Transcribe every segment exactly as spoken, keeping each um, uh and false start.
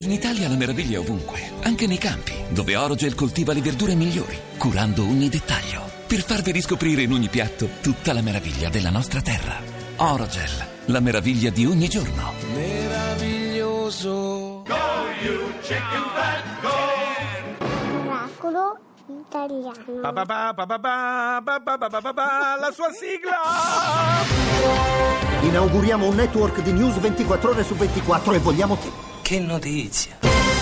In Italia la meraviglia è ovunque, anche nei campi, dove Orogel coltiva le verdure migliori, curando ogni dettaglio, per farvi riscoprire in ogni piatto tutta la meraviglia della nostra terra. Orogel, la meraviglia di ogni giorno. Meraviglioso. Go you chicken fat, go! Miracolo italiano. Pa pa pa pa pa pa pa pa pa pa pa pa, la sua sigla! Inauguriamo un network di news ventiquattro ore su ventiquattro e vogliamo te. Che notizia!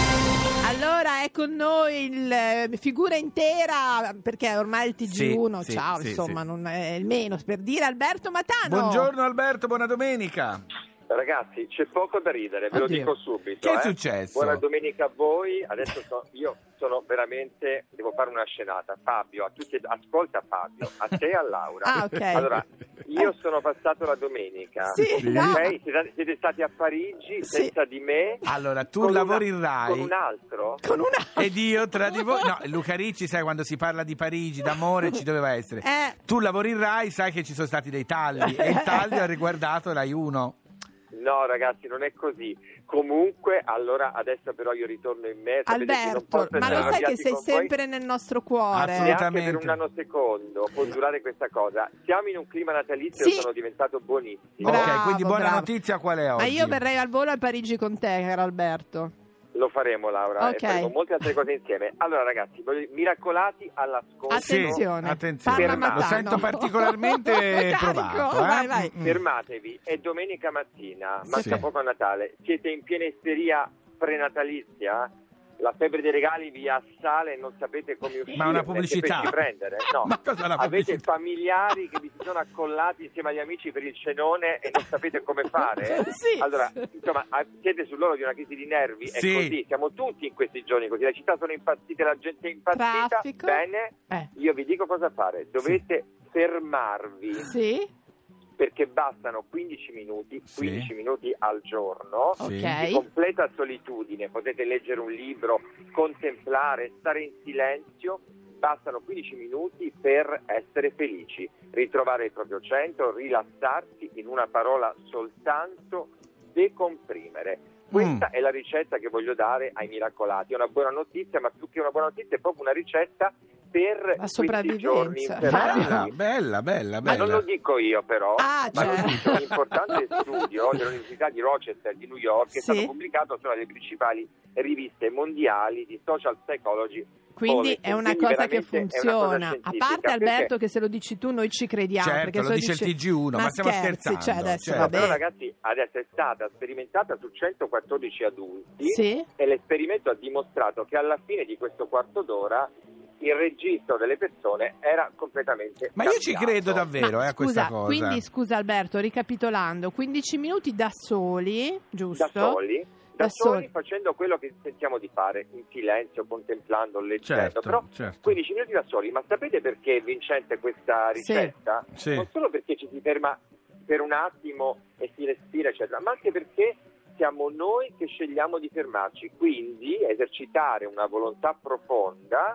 Allora è con noi il eh, figura intera, perché ormai il T G uno, Sì, sì, ciao, sì, insomma, sì. non è il meno per dire, Alberto Matano. Buongiorno Alberto, buona domenica. Ragazzi, c'è poco da ridere, ve lo Oddio. dico subito. Che è eh. successo? Buona domenica a voi. Adesso so, io sono veramente, devo fare una scenata. Fabio, a tutti, ascolta Fabio, a te e a Laura. Ah, ok. Allora, io sono passato la domenica. Sì, no. Ok? Siete, siete stati a Parigi Sì. senza di me. Allora, tu con lavori una- in Rai. Con un altro? Con una... Ed io tra di voi... No, Luca Ricci, sai, quando si parla di Parigi, d'amore, ci doveva essere. Eh. Tu lavori in Rai, sai che ci sono stati dei tagli, e il taglio ha riguardato Rai uno. No, ragazzi, non è così. Comunque, allora, adesso però io ritorno in me. Sapete che non Alberto, posso ma essere lo sai che arrabbiati sei con voi. sempre nel nostro cuore. Assolutamente. Neanche per un nanosecondo può durare questa cosa. Siamo in un clima natalizio Sì. e sono diventato buonissimo. Bravo, ok, quindi buona bravo. notizia qual è oggi? Ma io verrei al volo a Parigi con te, caro Alberto. Lo faremo, Laura, Ok. e faremo molte altre cose insieme. Allora, ragazzi, voglio- miracolati all'ascolto. Sì, Attenzione, attenzione. parla Fermato. Lo Matano. sento particolarmente Carico, provato. eh? vai, vai. Mm. Fermatevi, è domenica mattina, manca Sì. poco a Natale. Siete in piena isteria prenatalizia? La febbre dei regali vi assale e non sapete come uscire. Ma una neanche pubblicità. per prendere. No. Ma cosa è una Avete pubblicità? familiari che vi si sono accollati insieme agli amici per il cenone e non sapete come fare? Sì. Allora, insomma, ah, siete sull'orlo di una crisi di nervi? Sì. È così, siamo tutti in questi giorni così. Le città sono impazzite, la gente è impazzita. Traffico. Bene, Eh. io vi dico cosa fare. Dovete fermarvi. Sì, Perché bastano quindici minuti, Sì. quindici minuti al giorno, Sì. di ok. completa solitudine, potete leggere un libro, contemplare, stare in silenzio, bastano quindici minuti per essere felici, ritrovare il proprio centro, rilassarsi, in una parola soltanto, decomprimere. Questa Mm. è la ricetta che voglio dare ai miracolati, è una buona notizia, ma più che una buona notizia è proprio una ricetta per La questi giorni sopravvivenza. infernali. Bella, bella, bella, Ma bella. non lo dico io però, Ah, ma lo certo. dice un importante studio dell'Università di Rochester di New York che è Sì. stato pubblicato su una delle principali riviste mondiali di social psychology. Quindi Bulletin. è una Quindi cosa che veramente è una cosa funziona. A scientifica, parte Alberto perché- che se lo dici tu noi ci crediamo. Certo, perché lo se dice il T G uno, ma stiamo scherzi, scherzando, Cioè adesso certo. va Però bene. ragazzi, adesso è stata sperimentata su centoquattordici adulti Sì. e l'esperimento ha dimostrato che alla fine di questo quarto d'ora il registro delle persone era completamente Ma io ci cambiato. credo davvero Ma eh, a questa scusa, cosa. quindi scusa Alberto, ricapitolando, quindici minuti da soli, giusto? Da soli, da, Da soli, soli. facendo quello che sentiamo di fare, in silenzio, contemplando, leggendo. Certo, Però certo. quindici minuti da soli, ma sapete perché è vincente questa Sì. ricetta? Sì. Non solo perché ci si ferma per un attimo e si respira, eccetera, ma anche perché siamo noi che scegliamo di fermarci. Quindi esercitare una volontà profonda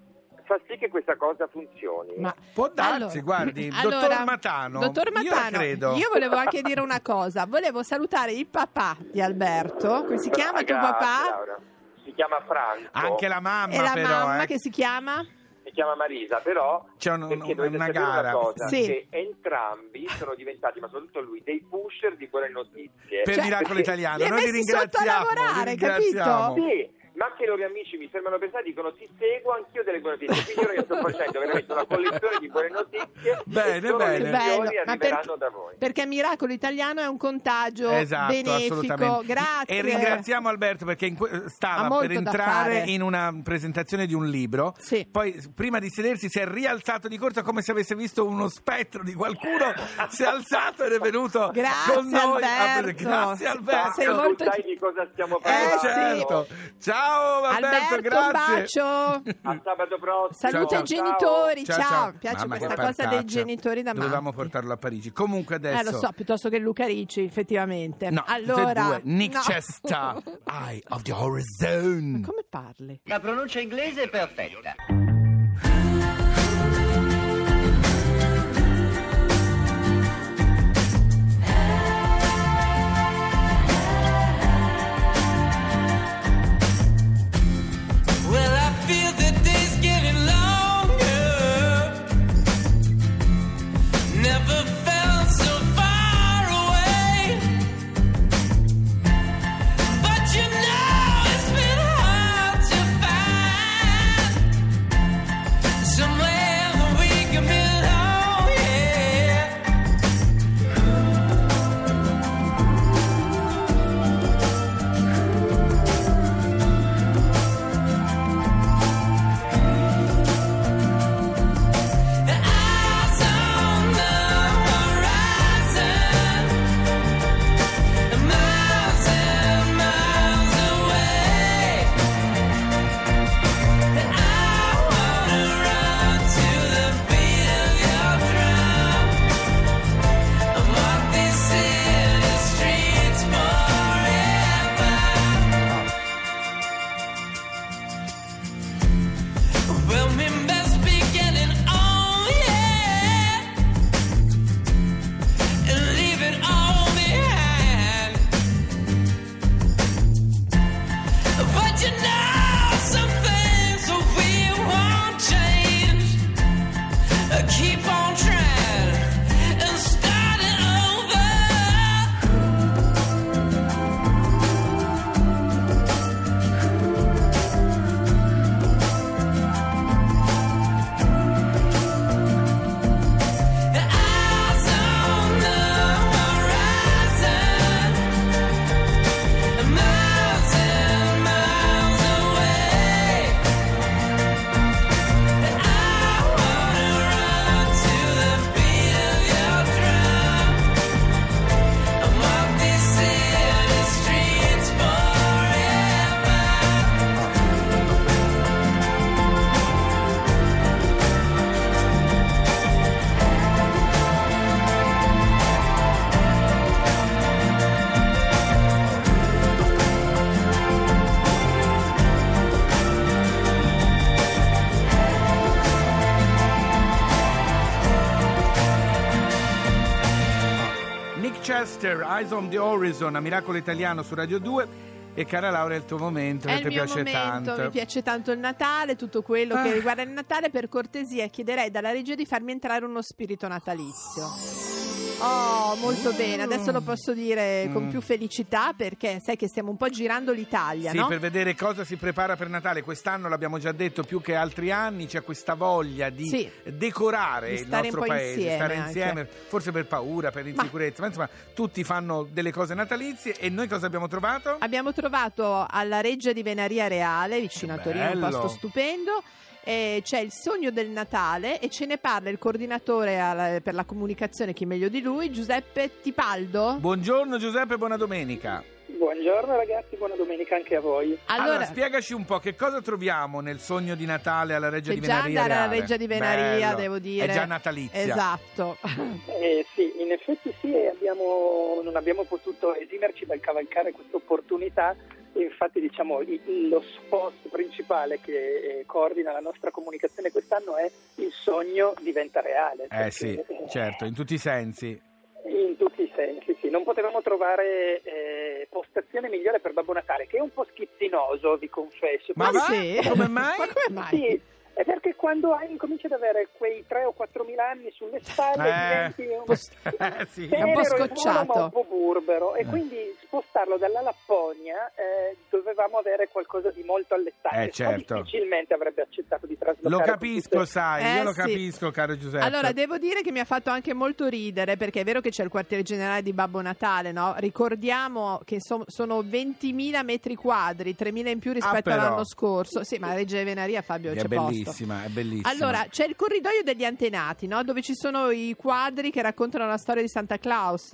fa sì che questa cosa funzioni. Ma Può darsi, allora- guardi, allora, dottor Matano, dottor io la Matano, credo. io volevo anche dire una cosa, volevo salutare il papà di Alberto, come si chiama il tuo Grazie, papà? Laura. Si chiama Franco. Anche la mamma, E la però, mamma eh. che si chiama? Si chiama Marisa, però C'è un- perché un- dovete una sapere gara. una cosa, Sì. che entrambi sono diventati, ma soprattutto lui, dei pusher di buone notizie. Per Cioè, Miracolo perché- Italiano, li hai noi li messi sotto a ringraziamo, lavorare, li ringraziamo. capito? Sì, ma anche i loro amici mi fermano per strada e dicono ti seguo anch'io delle buone notizie, quindi ora io sto facendo veramente una collezione di buone notizie Bene, e solo bene. le Bello, migliori ma arriveranno perché- da voi. Perché Miracolo Italiano è un contagio Esatto, benefico, assolutamente. grazie. E ringraziamo Alberto perché in que- Ha stava molto per da entrare fare. in una presentazione di un libro. Sì. Poi prima di sedersi si è rialzato di corsa come se avesse visto uno spettro di qualcuno. Si è alzato ed è venuto Grazie, con noi. Alberto. Grazie Alberto. Sei Fabio, molto- tu sai di cosa stiamo Eh, parlando? Certo. Ciao Alberto, Alberto, un grazie. bacio. A sabato prossimo. Saluta Ciao, i genitori, ciao. Ciao, ciao. Piace Mamma, questa che cosa dei partaccia. genitori da mamma. Dovevamo portarlo a Parigi. Comunque adesso Eh, lo so, piuttosto che Luca Ricci, effettivamente. No, tutte e allora, due. Nick no. Chester, Eye of the Horizon. Come parli? La pronuncia inglese è perfetta. Chester, Eyes on the Horizon, a Miracolo Italiano su Radio due. E cara Laura, è il tuo momento, È che il ti mio piace momento, tanto. mi piace tanto il Natale, tutto quello Ah. che riguarda il Natale. Per cortesia chiederei dalla regia di farmi entrare uno spirito natalizio. Oh, molto Mm. bene, adesso lo posso dire con Mm. più felicità, perché sai che stiamo un po' girando l'Italia, Sì, no? per vedere cosa si prepara per Natale. Quest'anno l'abbiamo già detto, più che altri anni c'è questa voglia di Sì. decorare Di il stare nostro un po' paese, insieme stare anche. insieme, forse per paura, per insicurezza, ma, insomma tutti fanno delle cose natalizie. E noi cosa abbiamo trovato? Abbiamo trovato alla Reggia di Venaria Reale, vicino a Che Torino, un bello. posto stupendo. E c'è il Sogno del Natale e ce ne parla il coordinatore alla- per la comunicazione, chi meglio di lui, Giuseppe Tipaldo. Buongiorno Giuseppe, buona domenica. Buongiorno ragazzi, buona domenica anche a voi. Allora, Allora, spiegaci un po' che cosa troviamo nel Sogno di Natale alla Reggia c'è di già Venaria andare alla Reale. Reggia di Venaria, Bello. devo dire. È già natalizia. Esatto. Eh, sì, in effetti sì, e abbiamo, non abbiamo potuto esimerci dal cavalcare questa opportunità. Infatti diciamo il- lo spot principale che eh, coordina la nostra comunicazione quest'anno è Il sogno diventa reale. Eh perché, sì, eh, certo, in tutti i sensi. In tutti i sensi, sì. Non potevamo trovare eh, postazione migliore per Babbo Natale, che è un po' schizzinoso, vi confesso. Ma Però- va? sì? Come mai? Ma come mai? Sì, è perché quando hai, incominci ad avere quei tre o quattro mila anni sulle spalle Eh, diventi un eh, sì. È un po' tenero e buono, scocciato. ma un po' burbero, e Eh. quindi spostarlo dalla Lapponia eh, dovevamo avere qualcosa di molto allettante. Eh, certo. Ma difficilmente avrebbe accettato di traslocare. Lo capisco, tutte- sai, Eh, io lo sì. capisco, caro Giuseppe. Allora, devo dire che mi ha fatto anche molto ridere, perché è vero che c'è il quartiere generale di Babbo Natale, no? Ricordiamo che so- sono ventimila metri quadri, tremila in più rispetto Ah, però. all'anno scorso. Sì, ma la Reggia di Venaria, Fabio, Che c'è è posto. bellissima, è bellissima. Allora, c'è il corridoio degli antenati, no? Dove ci sono i quadri che raccontano la storia di Santa Claus.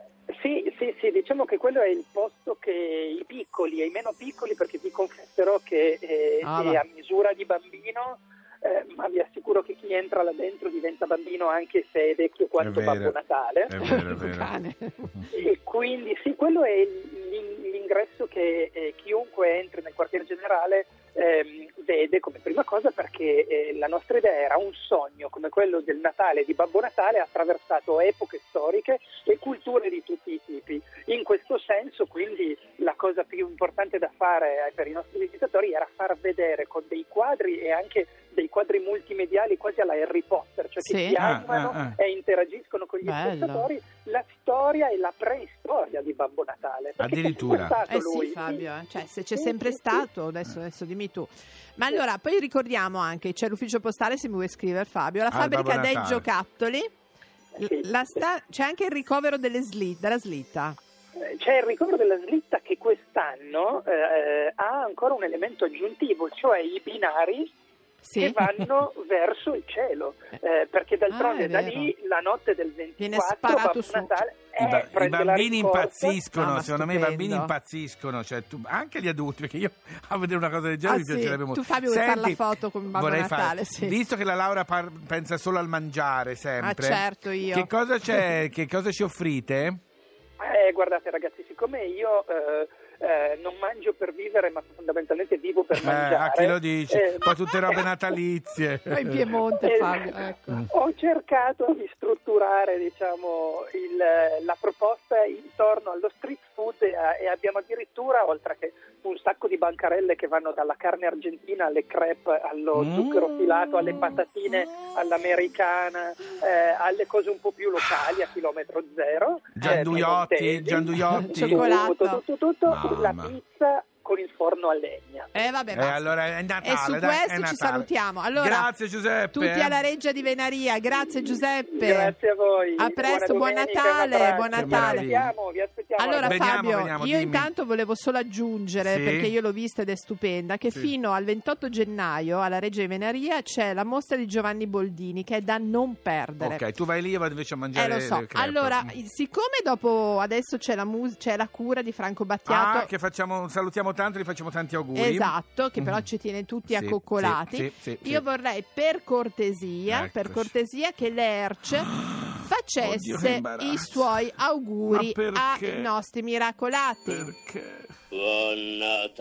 Sì, sì, sì, diciamo che quello è il posto che i piccoli e i meno piccoli, perché vi confesserò che eh, Ah, è va. a misura di bambino, eh, ma vi assicuro che chi entra là dentro diventa bambino anche se è vecchio quanto È vero. Babbo Natale. È vero, è Un vero. cane. E quindi sì, quello è l'in- l'ingresso che eh, chiunque entri nel quartiere generale ehm, vede come prima cosa, perché eh, la nostra idea era un sogno come quello del Natale di Babbo Natale, attraversato epoche storiche e culture di tutti i tipi. In questo senso, quindi, la cosa più importante da fare eh, per i nostri visitatori era far vedere con dei quadri, e anche dei quadri multimediali quasi alla Harry Potter, cioè che Sì. ti Ah, animano ah, ah. e interagiscono con gli Bello. spettatori, la storia e la preistoria di Babbo Natale. Perché c'è Addirittura. sempre stato Eh lui. sì, Fabio, eh. Cioè, se c'è Sì, sempre sì, stato, adesso, adesso dimmi tu. Ma allora, poi ricordiamo anche, c'è l'ufficio postale, se mi vuoi scrivere, Fabio, la Ah, fabbrica Babbo dei Natale. giocattoli, Sì. la sta- c'è anche il ricovero delle sli- della slitta. Eh, C'è il ricovero della slitta che quest'anno eh, ha ancora un elemento aggiuntivo, cioè i binari Sì. che vanno verso il cielo, eh, perché d'altronde Ah, è da vero. lì la notte del Viene ventiquattro sparato Babbo su. Natale I, eh, ba- i prende la bambini rincorsa. impazziscono, No, ma secondo me i bambini stupendo. impazziscono, cioè tu- anche gli adulti, perché io a vedere una cosa del genere Ah, mi sì? piacerebbe molto. Tu, Fabio, vuoi fare la foto con Babbo vorrei Natale, fare- sì. Visto che la Laura par- pensa solo al mangiare sempre, Ah, certo, io. che cosa c'è, che cosa ci offrite? Eh, guardate ragazzi, siccome io eh, eh, non mangio per vivere, ma fondamentalmente vivo per Eh, mangiare. a chi lo dice? eh, Poi tutte robe natalizie. Poi in Piemonte, Eh, Fabio, ecco. Ho cercato di strutturare, diciamo, il- la proposta intorno allo street food, e, e abbiamo addirittura, oltre che un sacco di bancarelle che vanno dalla carne argentina alle crepe, allo Mm. zucchero filato, alle patatine all'americana, eh, alle cose un po' più locali a chilometro zero. Gianduiotti, eh, piemontesi, Gianduiotti. Cioccolato. Tutto, tutto, tutto, la Mamma. pizza con il forno a legna. Eh, vabbè, Eh, basta. allora è Natale, E su dai, questo è ci Natale. salutiamo. Allora, Grazie Giuseppe. tutti eh. alla Reggia di Venaria, grazie Giuseppe. Grazie a voi. A presto, buon Buona domenica, Natale, un abbraccio. buon Che Natale. Vi aspettiamo, vi aspettiamo. Allora Veniamo, Fabio, veniamo, io dimmi. intanto volevo solo aggiungere, Sì. perché io l'ho vista ed è stupenda, che Sì. fino al ventotto gennaio alla Reggia di Venaria c'è la mostra di Giovanni Boldini, che è da non perdere. Ok, tu vai lì, io vado invece a mangiare Eh, lo so. le crepe. Allora, Mm. siccome dopo adesso c'è la, mus- c'è la cura di Franco Battiato, Ah, che facciamo, salutiamo tanto e gli facciamo tanti auguri. esatto, che però Mm. ci tiene tutti Sì, accoccolati, sì, sì, sì, io sì. vorrei per cortesia, Eccoci. per cortesia che l'Erc Oddio, che facesse imbarazzo. i suoi auguri Ma perché? ai nostri miracolati. Perché? Buon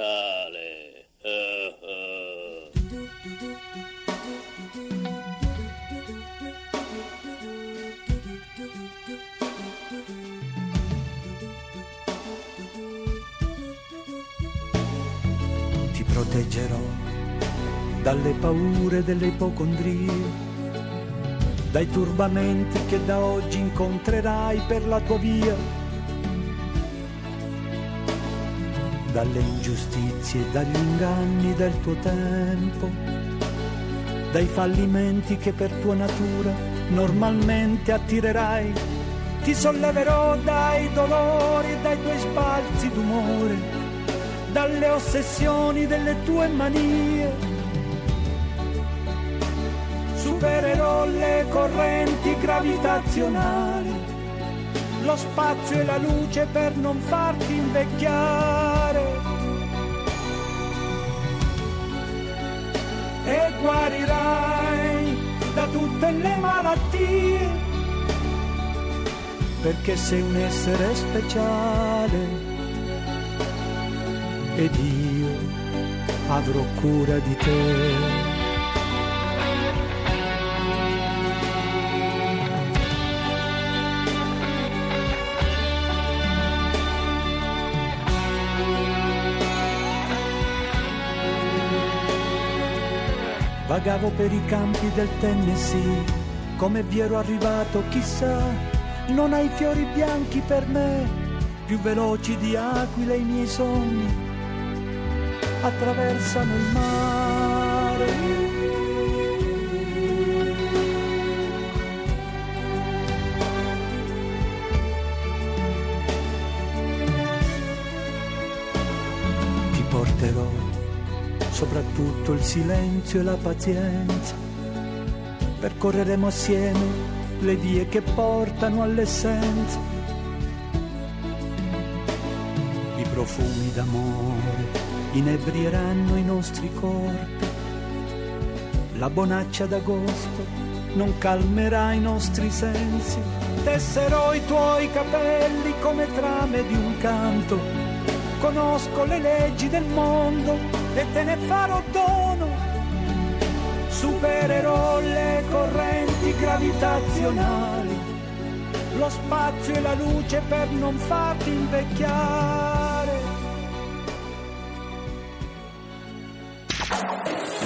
Natale. Eh, eh. proteggerò dalle paure delle ipocondrie, dai turbamenti che da oggi incontrerai per la tua via, dalle ingiustizie e dagli inganni del tuo tempo, dai fallimenti che per tua natura normalmente attirerai. Ti solleverò dai dolori e dai tuoi sbalzi d'umore, dalle ossessioni delle tue manie. Supererò le correnti gravitazionali, lo spazio e la luce per non farti invecchiare. E guarirai da tutte le malattie, perché sei un essere speciale ed io avrò cura di te. Vagavo per i campi del Tennessee, come vi ero arrivato chissà, non hai fiori bianchi per me, più veloci di aquile i miei sogni, attraversano il mare. Ti porterò soprattutto il silenzio e la pazienza, percorreremo assieme le vie che portano all'essenza. I profumi d'amore inebrieranno i nostri corpi, la bonaccia d'agosto non calmerà i nostri sensi. Tesserò i tuoi capelli come trame di un canto, conosco le leggi del mondo e te ne farò dono. Supererò le correnti gravitazionali, lo spazio e la luce per non farti invecchiare.